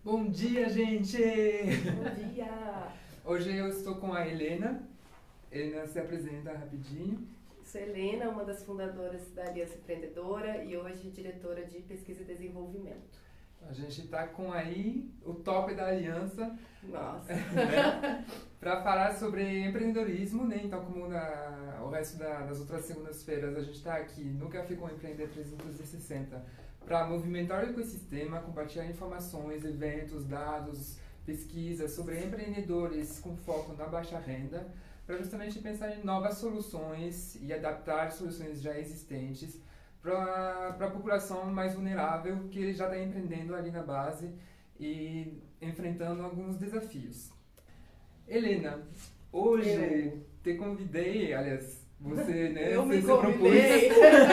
Bom dia, gente! Bom dia! Hoje eu estou com a Helena. Helena se apresenta rapidinho. Sou Helena, uma das fundadoras da Aliança Empreendedora e hoje diretora de Pesquisa e Desenvolvimento. A gente está com aí o top da Aliança. Nossa! Né? Para falar sobre empreendedorismo, né? Então, como o resto das outras segundas-feiras, a gente está aqui no Café com Empreender 360 para movimentar o ecossistema, compartilhar informações, eventos, dados, pesquisas sobre empreendedores com foco na baixa renda, para justamente pensar em novas soluções e adaptar soluções já existentes para a população mais vulnerável que já está empreendendo ali na base e enfrentando alguns desafios. Helena, hoje te convidei, aliás, você, né, eu você me se convidei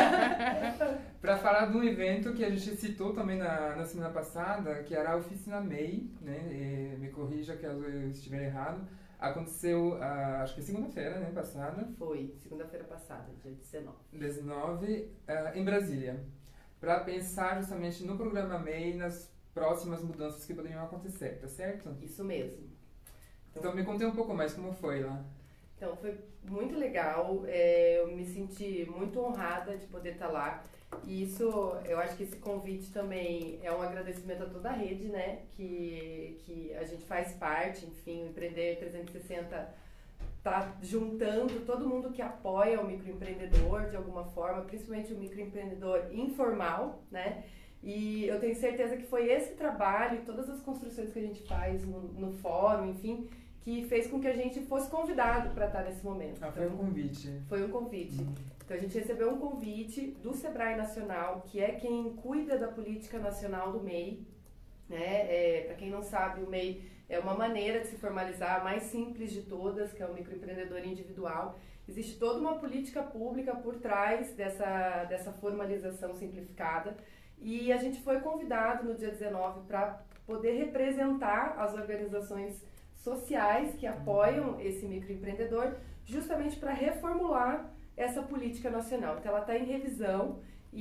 para falar de um evento que a gente citou também na semana passada, que era a Oficina MEI, né? E me corrija caso eu estiver errado. Aconteceu, acho que segunda-feira, né, passada. Foi, segunda-feira passada, dia 19. 19, em Brasília. Para pensar justamente no programa MEI e nas próximas mudanças que poderiam acontecer, tá certo? Isso mesmo. Então me conte um pouco mais como foi lá. Então, foi muito legal, eu me senti muito honrada de poder estar lá. E isso, eu acho que esse convite também é um agradecimento a toda a rede, né, que a gente faz parte, enfim, o Empreender 360 está juntando todo mundo que apoia o microempreendedor de alguma forma, principalmente o microempreendedor informal, né, e eu tenho certeza que foi esse trabalho e todas as construções que a gente faz no fórum, enfim, que fez com que a gente fosse convidado para estar nesse momento. Foi um convite. Foi um convite. Então a gente recebeu um convite do Sebrae Nacional, que é quem cuida da política nacional do MEI. Né? Para quem não sabe, o MEI é uma maneira de se formalizar, a mais simples de todas, que é o microempreendedor individual. Existe toda uma política pública por trás dessa formalização simplificada. E a gente foi convidado no dia 19 para poder representar as organizações sociais que apoiam esse microempreendedor, justamente para reformular essa política nacional. Então ela está em revisão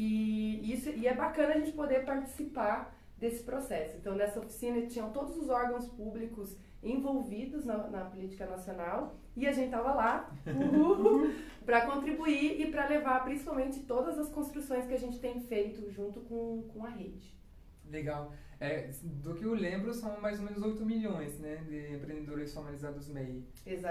e é bacana a gente poder participar desse processo. Então nessa oficina tinham todos os órgãos públicos envolvidos na política nacional e a gente estava lá para contribuir e para levar principalmente todas as construções que a gente tem feito junto com a rede. Legal. Do que eu lembro, são mais ou menos 8 milhões, né, de empreendedores formalizados MEI.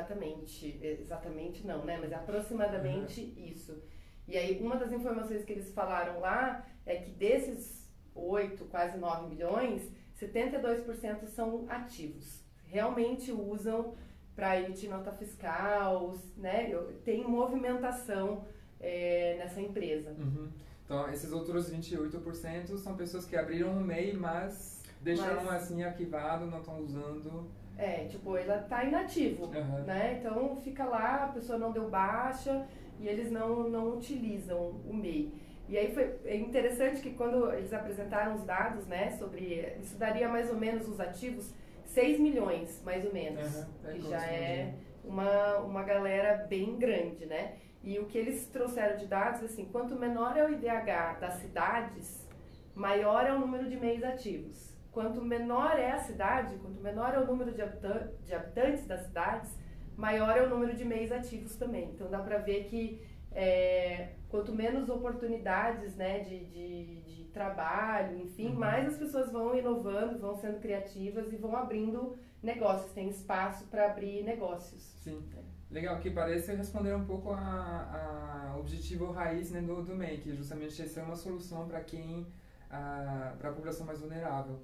Exatamente não, né? Mas é aproximadamente isso. E aí, uma das informações que eles falaram lá é que desses 8, quase 9 milhões, 72% são ativos. Realmente usam para emitir nota fiscal, né? Tem movimentação nessa empresa. Então, esses outros 28% são pessoas que abriram um MEI, mas deixaram assim arquivado, não estão usando. Ela está inativo, né? Então fica lá, a pessoa não deu baixa e eles não utilizam o MEI. E aí é interessante que quando eles apresentaram os dados, né, sobre isso daria mais ou menos os ativos 6 milhões, mais ou menos, que já é uma galera bem grande, né? E o que eles trouxeram de dados, assim, quanto menor é o IDH das cidades, maior é o número de MEIs ativos. Quanto menor é a cidade, quanto menor é o número de habitantes das cidades, maior é o número de MEIs ativos também. Então dá para ver que quanto menos oportunidades, né, de trabalho, enfim, mais as pessoas vão inovando, vão sendo criativas e vão abrindo negócios, tem espaço para abrir negócios. Sim. Legal, que parece responder um pouco a objetivo raiz, né, do MEI, que justamente ser uma solução para para a população mais vulnerável.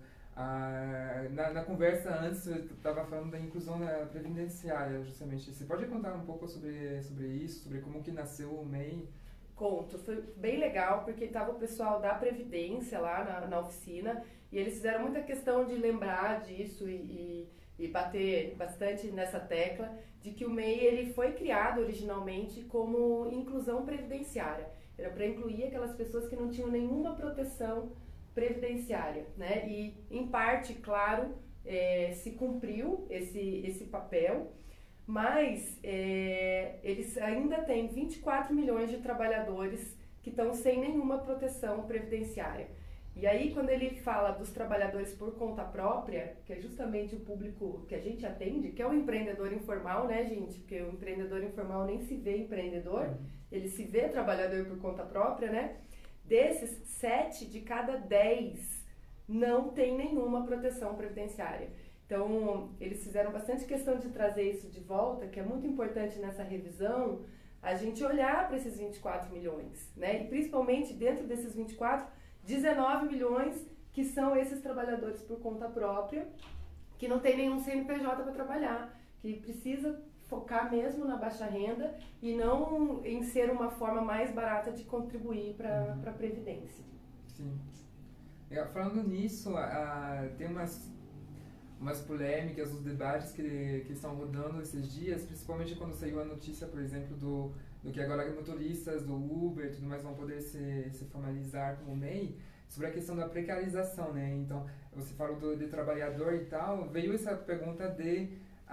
Na conversa antes, eu estava falando da inclusão previdenciária, justamente. Você pode contar um pouco sobre isso, sobre como que nasceu o MEI? Conto, foi bem legal, porque estava o pessoal da Previdência lá na oficina, e eles fizeram muita questão de lembrar disso e bater bastante nessa tecla de que o MEI ele foi criado originalmente como inclusão previdenciária. Era para incluir aquelas pessoas que não tinham nenhuma proteção previdenciária, né? E, em parte, claro, se cumpriu esse papel, mas eles ainda têm 24 milhões de trabalhadores que estão sem nenhuma proteção previdenciária. E aí, quando ele fala dos trabalhadores por conta própria, que é justamente o público que a gente atende, que é o empreendedor informal, né, gente? Porque o empreendedor informal nem se vê empreendedor, ele se vê trabalhador por conta própria, né? Desses, 7 de cada 10 não tem nenhuma proteção previdenciária. Então, eles fizeram bastante questão de trazer isso de volta, que é muito importante nessa revisão, a gente olhar para esses 24 milhões, né? E principalmente dentro desses 24, 19 milhões que são esses trabalhadores por conta própria, que não tem nenhum CNPJ para trabalhar, que precisa focar mesmo na baixa renda e não em ser uma forma mais barata de contribuir para a Previdência. Sim. Falando nisso, tem umas polêmicas, os debates que estão rodando esses dias, principalmente quando saiu a notícia, por exemplo, do que agora motoristas do Uber e tudo mais vão poder se formalizar como MEI, sobre a questão da precarização, né? Então, você falou de trabalhador e tal, veio essa pergunta de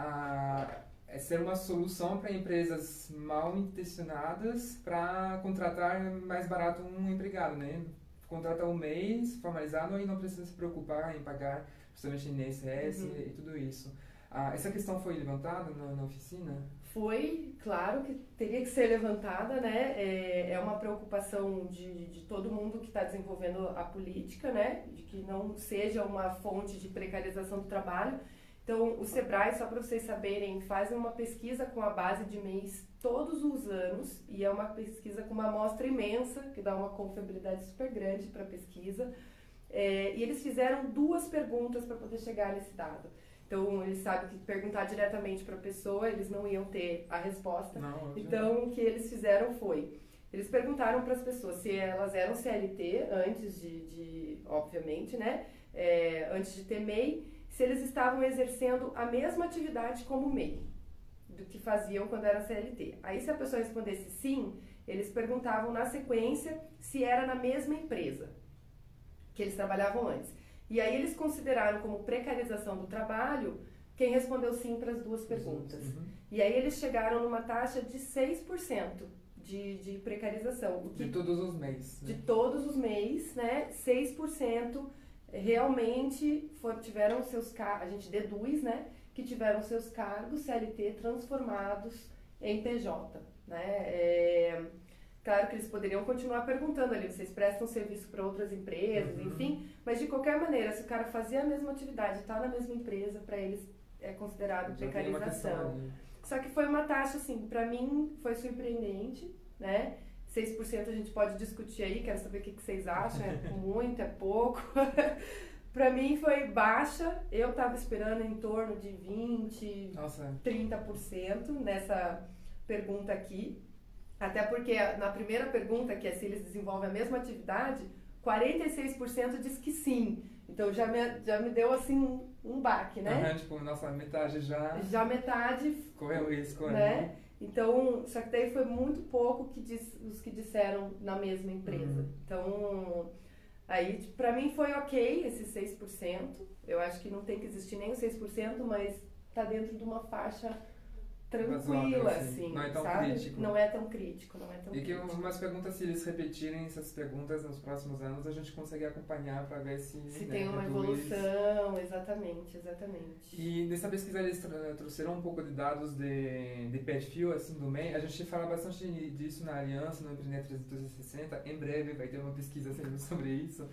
ser uma solução para empresas mal intencionadas para contratar mais barato um empregado, né? Contratar um mês formalizado e não precisa se preocupar em pagar justamente INSS e tudo isso. Essa questão foi levantada na oficina? Foi, claro que teria que ser levantada, né? É uma preocupação de todo mundo que está desenvolvendo a política, né? De que não seja uma fonte de precarização do trabalho. Então, o Sebrae, só para vocês saberem, faz uma pesquisa com a base de MEIs todos os anos, e é uma pesquisa com uma amostra imensa, que dá uma confiabilidade super grande para a pesquisa. E eles fizeram 2 perguntas para poder chegar nesse dado. Então, eles sabem que perguntar diretamente para a pessoa, eles não iam ter a resposta. Não, então, o que eles fizeram foi, eles perguntaram para as pessoas se elas eram CLT antes obviamente, né? Antes de ter MEI, se eles estavam exercendo a mesma atividade como MEI, do que faziam quando era CLT. Aí, se a pessoa respondesse sim, eles perguntavam na sequência se era na mesma empresa que eles trabalhavam antes. E aí eles consideraram como precarização do trabalho quem respondeu sim para as 2 perguntas. E aí eles chegaram numa taxa de 6% de precarização. De todos os MEIs. Né? De todos os MEIs, né? 6% realmente tiveram seus cargos, a gente deduz, né? Que tiveram seus cargos CLT transformados em PJ, né? Claro que eles poderiam continuar perguntando ali, vocês prestam serviço para outras empresas, enfim, mas de qualquer maneira, se o cara fazia a mesma atividade, está na mesma empresa, para eles é considerado precarização. Só que foi uma taxa, assim, para mim foi surpreendente, né? 6% a gente pode discutir aí, quero saber o que vocês acham, é muito, é pouco. Para mim foi baixa, eu estava esperando em torno de 20%, 30% nessa pergunta aqui. Até porque na primeira pergunta, que é se eles desenvolvem a mesma atividade, 46% diz que sim. Então já me deu assim um baque, né? Tipo, nossa, metade já... Já metade... Correu risco, né? Então, só que daí foi muito pouco os que disseram na mesma empresa. Então, aí pra mim foi ok esse 6%. Eu acho que não tem que existir nem o 6%, mas tá dentro de uma faixa tranquila, assim, não é tão sabe? crítico. Não é tão crítico, não é tão crítico. E que umas perguntas, se eles repetirem essas perguntas nos próximos anos, a gente consegue acompanhar para ver se tem uma evolução, exatamente. E nessa pesquisa eles trouxeram um pouco de dados de perfil, assim, do MEI. A gente fala bastante disso na Aliança, no Empreender 360. Em breve vai ter uma pesquisa sobre isso,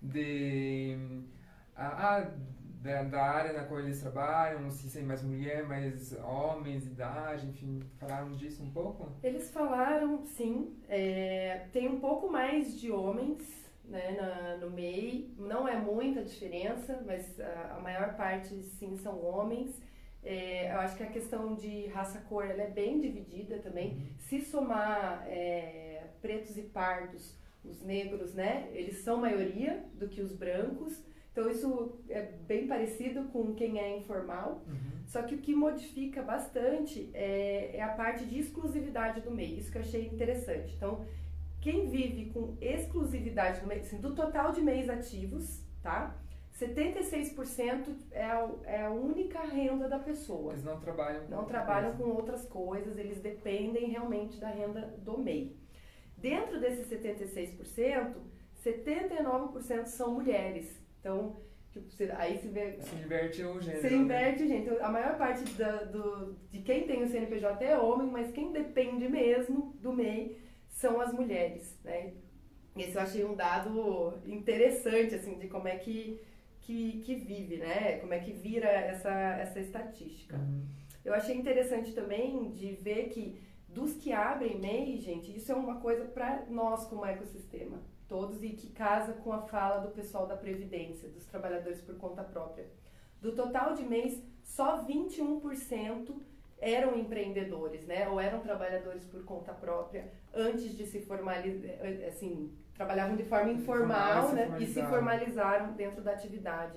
da área na qual eles trabalham, se tem mais mulher, mais homens, idade, enfim, falaram disso um pouco? Eles falaram, sim, tem um pouco mais de homens, né, no MEI, não é muita diferença, mas a maior parte, sim, são homens. Eu acho que a questão de raça-cor, ela é bem dividida também. Se somar pretos e pardos, os negros, né, eles são maioria do que os brancos. Então, isso é bem parecido com quem é informal, só que o que modifica bastante é a parte de exclusividade do MEI, isso que eu achei interessante. Então, quem vive com exclusividade do MEI, assim, do total de MEIs ativos, tá? 76% é a única renda da pessoa. Eles não trabalham com Não trabalham com outras coisas, eles dependem realmente da renda do MEI. Dentro desses 76%, 79% são mulheres. Então, tipo, aí se vê... Se inverte o gênero. Se inverte o gênero. Então, a maior parte de quem tem o CNPJ é homem, mas quem depende mesmo do MEI são as mulheres, né? Esse eu achei um dado interessante, assim, de como é que vive, né? Como é que vira essa estatística. Eu achei interessante também de ver que dos que abrem MEI, gente, isso é uma coisa para nós como ecossistema, todos, e que casa com a fala do pessoal da Previdência, dos trabalhadores por conta própria. Do total de MEIs, só 21% eram empreendedores, né? Ou eram trabalhadores por conta própria antes de se formalizar, assim, trabalhavam de forma informal, né? E se formalizaram dentro da atividade.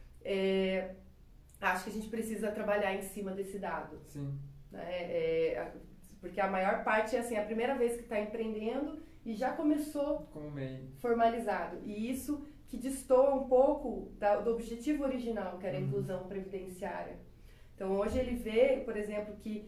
Acho que a gente precisa trabalhar em cima desse dado. Sim. Né? Porque a maior parte é assim, a primeira vez que está empreendendo e já começou como MEI formalizado. E isso que destoa um pouco do objetivo original, que era a inclusão previdenciária. Então, hoje ele vê, por exemplo, que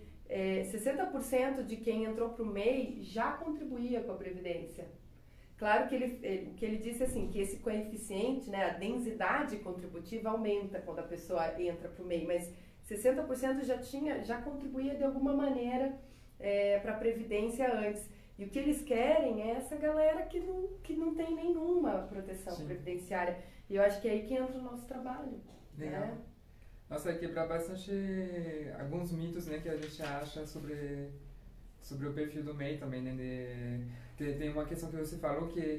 60% de quem entrou para o MEI já contribuía com a Previdência. Claro que ele disse assim, que esse coeficiente, né, a densidade contributiva aumenta quando a pessoa entra para o MEI, mas 60% já contribuía de alguma maneira para a Previdência antes. E o que eles querem é essa galera que não tem nenhuma proteção previdenciária. E eu acho que é aí que entra o nosso trabalho. Legal. Né? Nossa, é quebrar bastante alguns mitos, né, que a gente acha sobre o perfil do MEI também, né? Tem uma questão que você falou que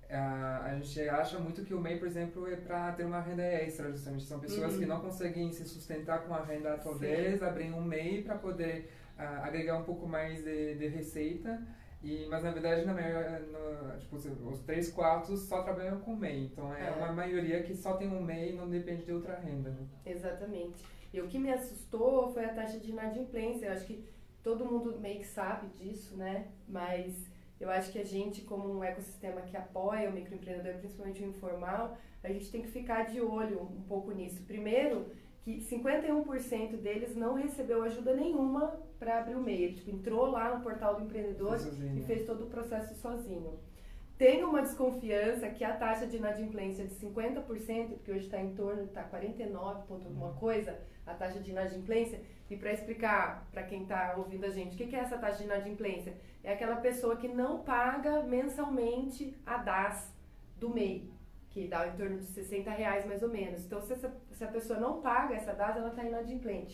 a gente acha muito que o MEI, por exemplo, é para ter uma renda extra, justamente. São pessoas que não conseguem se sustentar com a renda atual deles, abrem um MEI para poder agregar um pouco mais de receita. Mas na verdade, tipo, os 3/4 só trabalham com MEI. Então é uma maioria que só tem um MEI e não depende de outra renda. Né? Exatamente. E o que me assustou foi a taxa de inadimplência. Eu acho que todo mundo meio que sabe disso, né? Mas eu acho que a gente, como um ecossistema que apoia o microempreendedor, principalmente o informal, a gente tem que ficar de olho um pouco nisso. Primeiro, que 51% deles não recebeu ajuda nenhuma para abrir o MEI. Ele entrou lá no portal do empreendedor e fez todo o processo sozinho. Tem uma desconfiança que a taxa de inadimplência de 50%, porque hoje está em torno, está 49 ponto alguma coisa, a taxa de inadimplência. E para explicar para quem está ouvindo a gente, o que é essa taxa de inadimplência? É aquela pessoa que não paga mensalmente a DAS do MEI, que dá em torno de R$60 mais ou menos. Então, se a pessoa não paga essa DAS, ela está inadimplente.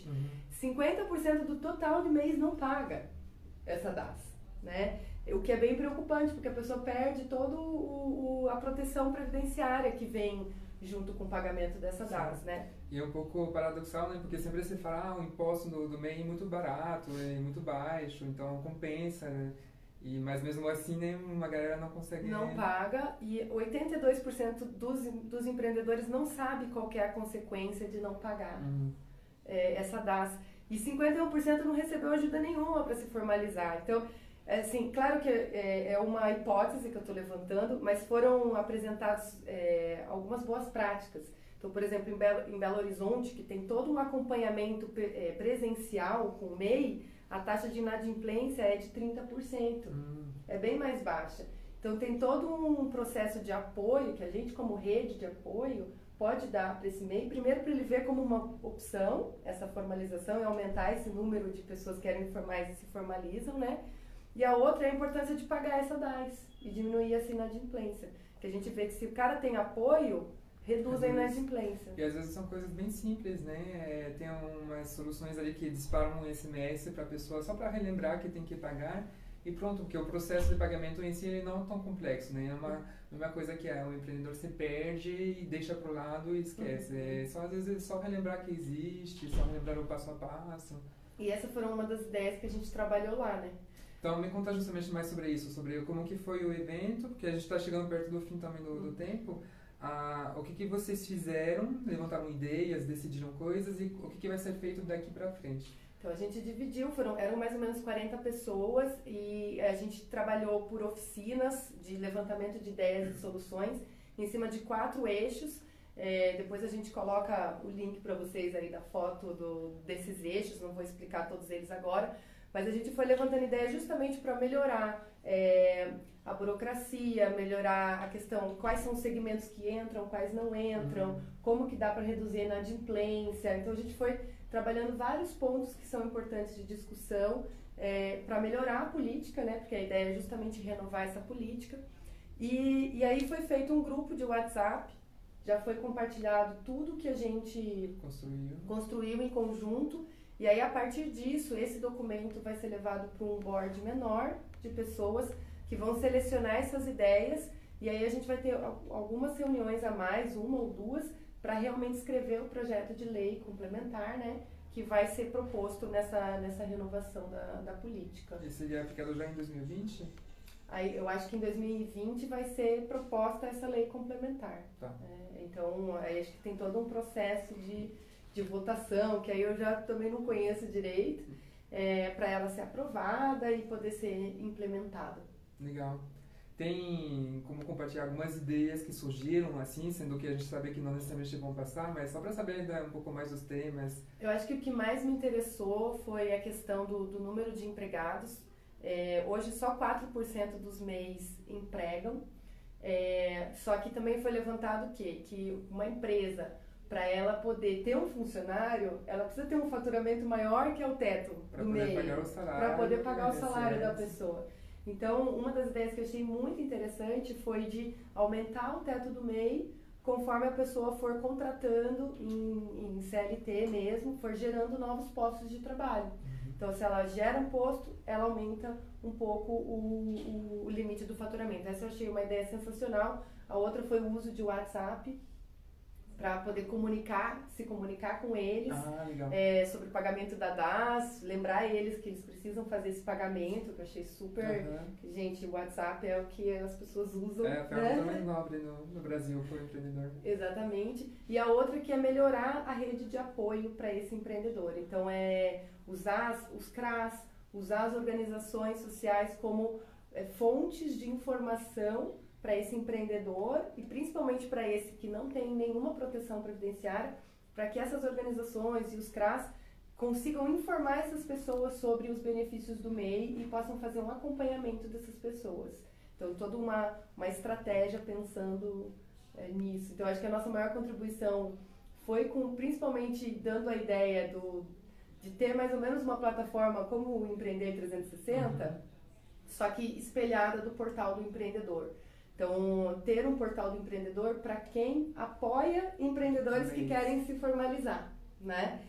50% do total de mês não paga essa DAS, né? O que é bem preocupante, porque a pessoa perde toda a proteção previdenciária que vem junto com o pagamento dessa DAS, né? E é um pouco paradoxal, né? Porque sempre você fala, o imposto do MEI é muito barato, é muito baixo, então compensa, né? Mas mesmo assim, né, uma galera não consegue... Não paga, e 82% dos empreendedores não sabe qual que é a consequência de não pagar essa DAS. E 51% não recebeu ajuda nenhuma para se formalizar. Então, assim, claro que é uma hipótese que eu estou levantando, mas foram apresentadas algumas boas práticas. Então, por exemplo, em Belo Horizonte, que tem todo um acompanhamento presencial com o MEI, a taxa de inadimplência é de 30%. É bem mais baixa. Então, tem todo um processo de apoio que a gente, como rede de apoio, pode dar para esse MEI. Primeiro, para ele ver como uma opção, essa formalização, e aumentar esse número de pessoas que eram informais e se formalizam, né? E a outra é a importância de pagar essa DAS e diminuir essa inadimplência. Que a gente vê que se o cara tem apoio, reduz a inadimplência. E às vezes são coisas bem simples, né? Tem umas soluções ali que disparam um SMS para a pessoa só para relembrar que tem que pagar e pronto, porque o processo de pagamento em si ele não é tão complexo, né? É uma coisa que o empreendedor se perde e deixa para o lado e esquece. Às vezes é só relembrar que existe, só relembrar o passo a passo. E essa foi uma das ideias que a gente trabalhou lá, né? Então, me conta justamente mais sobre isso, sobre como que foi o evento, porque a gente está chegando perto do fim também do tempo. O que vocês fizeram, levantaram ideias, decidiram coisas e o que vai ser feito daqui para frente? Então, a gente dividiu, eram mais ou menos 40 pessoas e a gente trabalhou por oficinas de levantamento de ideias e soluções em cima de 4 eixos. Depois a gente coloca o link para vocês aí da foto desses eixos, não vou explicar todos eles agora, Mas a gente foi levantando ideias justamente para melhorar a burocracia, melhorar a questão, quais são os segmentos que entram, quais não entram, como que dá para reduzir a inadimplência. Então a gente foi trabalhando vários pontos que são importantes de discussão para melhorar a política, né? Porque a ideia é justamente renovar essa política. E aí foi feito um grupo de WhatsApp, já foi compartilhado tudo que a gente construiu em conjunto. E aí, a partir disso, esse documento vai ser levado para um board menor de pessoas que vão selecionar essas ideias. E aí a gente vai ter algumas reuniões a mais, uma ou duas, para realmente escrever o projeto de lei complementar, né? Que vai ser proposto nessa renovação da política. E seria aplicado já em 2020? Aí, eu acho que em 2020 vai ser proposta essa lei complementar. Tá. Então, aí acho que tem todo um processo de votação, que aí eu já também não conheço direito, para ela ser aprovada e poder ser implementada. Legal. Tem como compartilhar algumas ideias que surgiram, assim, sendo que a gente sabe que não necessariamente vão passar, mas só para saber ainda um pouco mais dos temas. Eu acho que o que mais me interessou foi a questão do número de empregados. Hoje só 4% dos MEIs empregam, só que também foi levantado o quê? Que uma empresa, para ela poder ter um funcionário, ela precisa ter um faturamento maior que é o teto do MEI, para poder pagar o salário da pessoa. Então, uma das ideias que eu achei muito interessante foi de aumentar o teto do MEI conforme a pessoa for contratando em CLT mesmo, for gerando novos postos de trabalho. Então, se ela gera um posto, ela aumenta um pouco o limite do faturamento. Essa eu achei uma ideia sensacional. A outra foi o uso de WhatsApp para poder se comunicar com eles sobre o pagamento da DAS, lembrar eles que eles precisam fazer esse pagamento, que eu achei super... Gente, o WhatsApp é o que as pessoas usam. É a ferramenta mais nobre no Brasil para o empreendedor. Exatamente. E a outra que é melhorar a rede de apoio para esse empreendedor. Então, usar os CRAs, usar as organizações sociais como fontes de informação para esse empreendedor e principalmente para esse que não tem nenhuma proteção previdenciária, para que essas organizações e os CRAs consigam informar essas pessoas sobre os benefícios do MEI e possam fazer um acompanhamento dessas pessoas. Então, toda uma estratégia pensando nisso. Então, acho que a nossa maior contribuição foi principalmente dando a ideia de ter mais ou menos uma plataforma como o Empreender 360, só que espelhada do portal do empreendedor. Então, ter um portal do empreendedor para quem apoia empreendedores que querem se formalizar, né?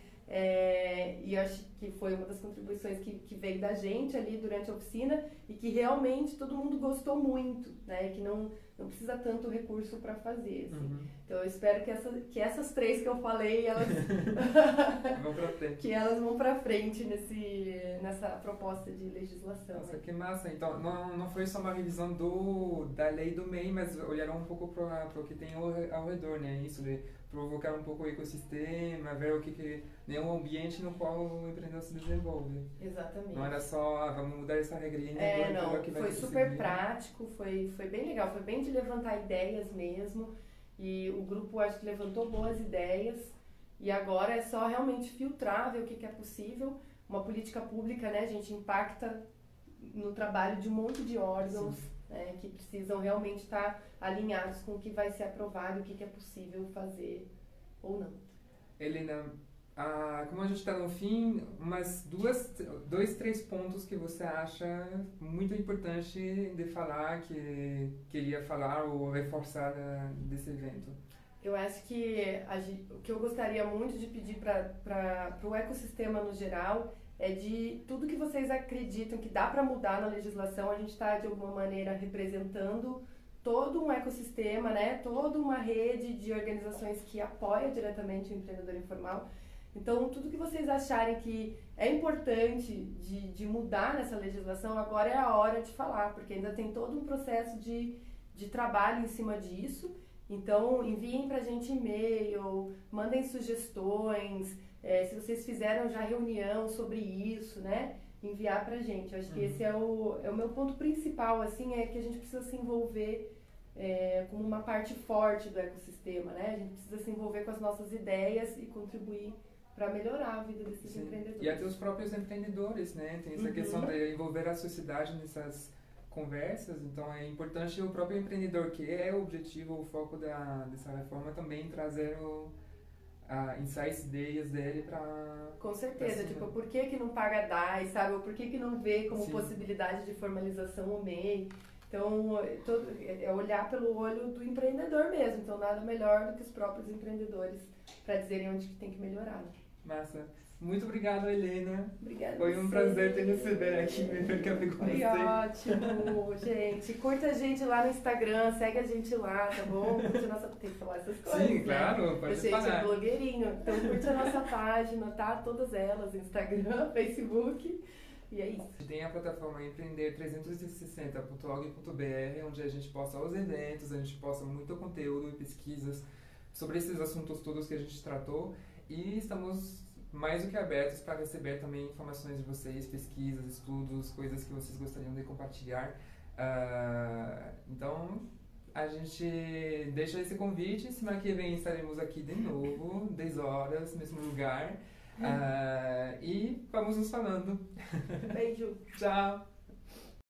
E eu acho que foi uma das contribuições que veio da gente ali durante a oficina e que realmente todo mundo gostou muito, né? Que não precisa tanto recurso para fazer, assim. Então, eu espero que essas três que eu falei, elas vão pra frente. Que elas vão para frente nessa proposta de legislação. Nossa, que massa. Então, não foi só uma revisão da lei do MEI, mas olharam um pouco para o que tem ao redor, né? Isso de provocar um pouco o ecossistema, ver o ambiente no qual o empreendedor se desenvolve. Exatamente. Não era só, vamos mudar essa regrinha. Não, que vai foi super prático, foi bem legal, foi bem de levantar ideias mesmo, e o grupo acho que levantou boas ideias, e agora é só realmente filtrar, ver o que é possível. Uma política pública, né, a gente impacta no trabalho de um monte de órgãos, né, que precisam realmente estar alinhados com o que vai ser aprovado e o que é possível fazer ou não. Helena, como a gente está no fim, umas 3 pontos que você acha muito importante de falar, que queria falar ou reforçar desse evento? Eu acho que o que eu gostaria muito de pedir para o ecossistema no geral é de tudo que vocês acreditam que dá para mudar na legislação, a gente está de alguma maneira representando todo um ecossistema, né? Toda uma rede de organizações que apoia diretamente o empreendedor informal. Então, tudo que vocês acharem que é importante de mudar nessa legislação, agora é a hora de falar, porque ainda tem todo um processo de trabalho em cima disso. Então, enviem para a gente e-mail, mandem sugestões, se vocês fizeram já reunião sobre isso, né? Enviar para a gente. Eu acho que esse é o meu ponto principal, assim, é que a gente precisa se envolver como uma parte forte do ecossistema, né? A gente precisa se envolver com as nossas ideias e contribuir para melhorar a vida desses Sim. empreendedores. E até os próprios empreendedores, né? Tem essa questão de envolver a sociedade nessas conversas, então é importante o próprio empreendedor, que é o objetivo, o foco dessa reforma, também trazer insights, ideias dele para... Com certeza, tipo, por que não paga DAI, sabe? Ou por que não vê como Sim. possibilidade de formalização o MEI? Então, é olhar pelo olho do empreendedor mesmo, então nada melhor do que os próprios empreendedores para dizerem onde que tem que melhorar. Massa. Muito obrigado, Helena. Obrigada. Foi um prazer te receber aqui, me café com Foi você. ótimo, gente. Curta a gente lá no Instagram, segue a gente lá, tá bom? Curte a nossa... Tem que falar essas coisas. Sim, claro, né? pode A gente falar. é blogueirinho, então curte a nossa página, tá? Todas elas, Instagram, Facebook. E é isso. Tem a plataforma empreender360.org.br, onde a gente posta os eventos, a gente posta muito conteúdo e pesquisas sobre esses assuntos todos que a gente tratou. E estamos mais do que abertos para receber também informações de vocês, pesquisas, estudos, coisas que vocês gostariam de compartilhar. Então, a gente deixa esse convite. Semana que vem estaremos aqui de novo, 10 horas, mesmo lugar. E vamos nos falando. Beijo. Tchau.